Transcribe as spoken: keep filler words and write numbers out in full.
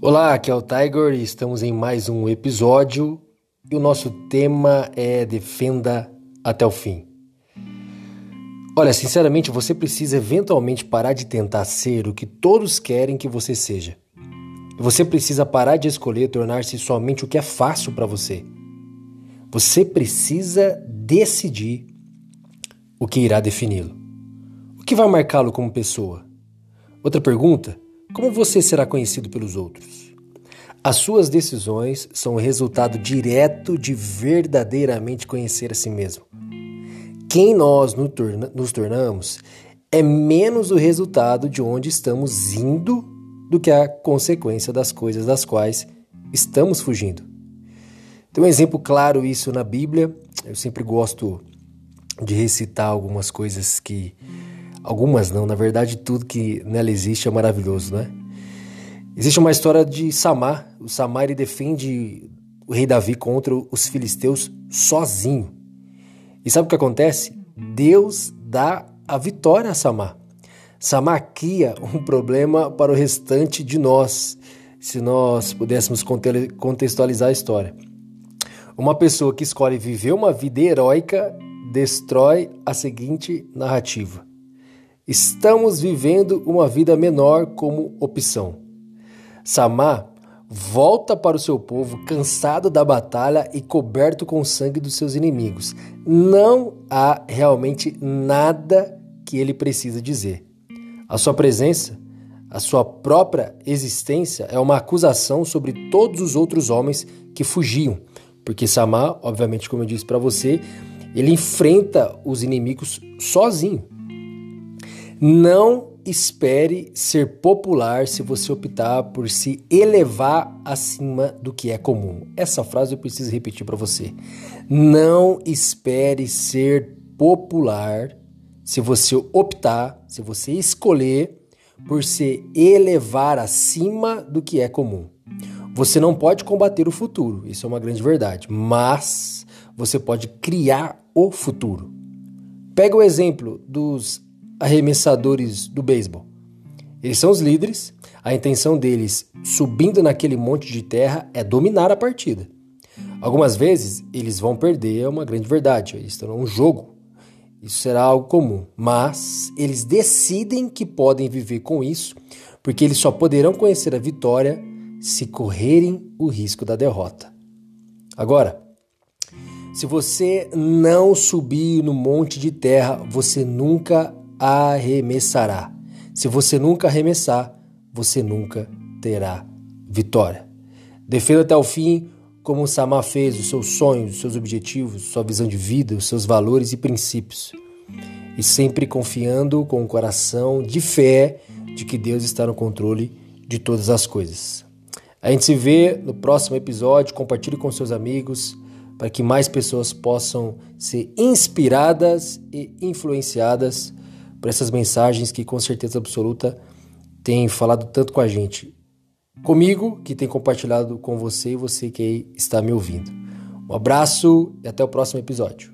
Olá, aqui é o Tiger e estamos em mais um episódio e o nosso tema é Defenda até o fim. Olha, sinceramente, você precisa eventualmente parar de tentar ser o que todos querem que você seja. Você precisa parar de escolher tornar-se somente o que é fácil para você. Você precisa decidir o que irá defini-lo. O que vai marcá-lo como pessoa? Outra pergunta: como você será conhecido pelos outros? As suas decisões são o resultado direto de verdadeiramente conhecer a si mesmo. Quem nós nos tornamos é menos o resultado de onde estamos indo do que a consequência das coisas das quais estamos fugindo. Tem um exemplo claro isso na Bíblia. Eu sempre gosto de recitar algumas coisas que... Algumas não, na verdade tudo que nela existe é maravilhoso, né? Existe uma história de Samar. O Samar ele defende o rei Davi contra os filisteus sozinho. E sabe o que acontece? Deus dá a vitória a Samar. Samar cria um problema para o restante de nós, se nós pudéssemos contextualizar a história. Uma pessoa que escolhe viver uma vida heróica destrói a seguinte narrativa: estamos vivendo uma vida menor como opção. Samar volta para o seu povo cansado da batalha e coberto com o sangue dos seus inimigos. Não há realmente nada que ele precisa dizer. A sua presença, a sua própria existência é uma acusação sobre todos os outros homens que fugiam. Porque Samar, obviamente, como eu disse para você, ele enfrenta os inimigos sozinho. Não espere ser popular se você optar por se elevar acima do que é comum. Essa frase eu preciso repetir para você. Não espere ser popular se você optar, se você escolher por se elevar acima do que é comum. Você não pode combater o futuro, isso é uma grande verdade, mas você pode criar o futuro. Pega o exemplo dos arremessadores do beisebol. Eles são os líderes, a intenção deles, subindo naquele monte de terra, é dominar a partida. Algumas vezes eles vão perder, é uma grande verdade, eles estão num jogo, isso será algo comum, mas eles decidem que podem viver com isso, porque eles só poderão conhecer a vitória se correrem o risco da derrota. Agora, se você não subir no monte de terra, você nunca arremessará. Se você nunca arremessar, você nunca terá vitória. Defenda até o fim, como o Samar fez, os seus sonhos, os seus objetivos, sua visão de vida, os seus valores e princípios. E sempre confiando com o coração de fé de que Deus está no controle de todas as coisas. A gente se vê no próximo episódio. Compartilhe com seus amigos para que mais pessoas possam ser inspiradas e influenciadas por essas mensagens que com certeza absoluta têm falado tanto com a gente. Comigo, que tem compartilhado com você e você que aí está me ouvindo. Um abraço e até o próximo episódio.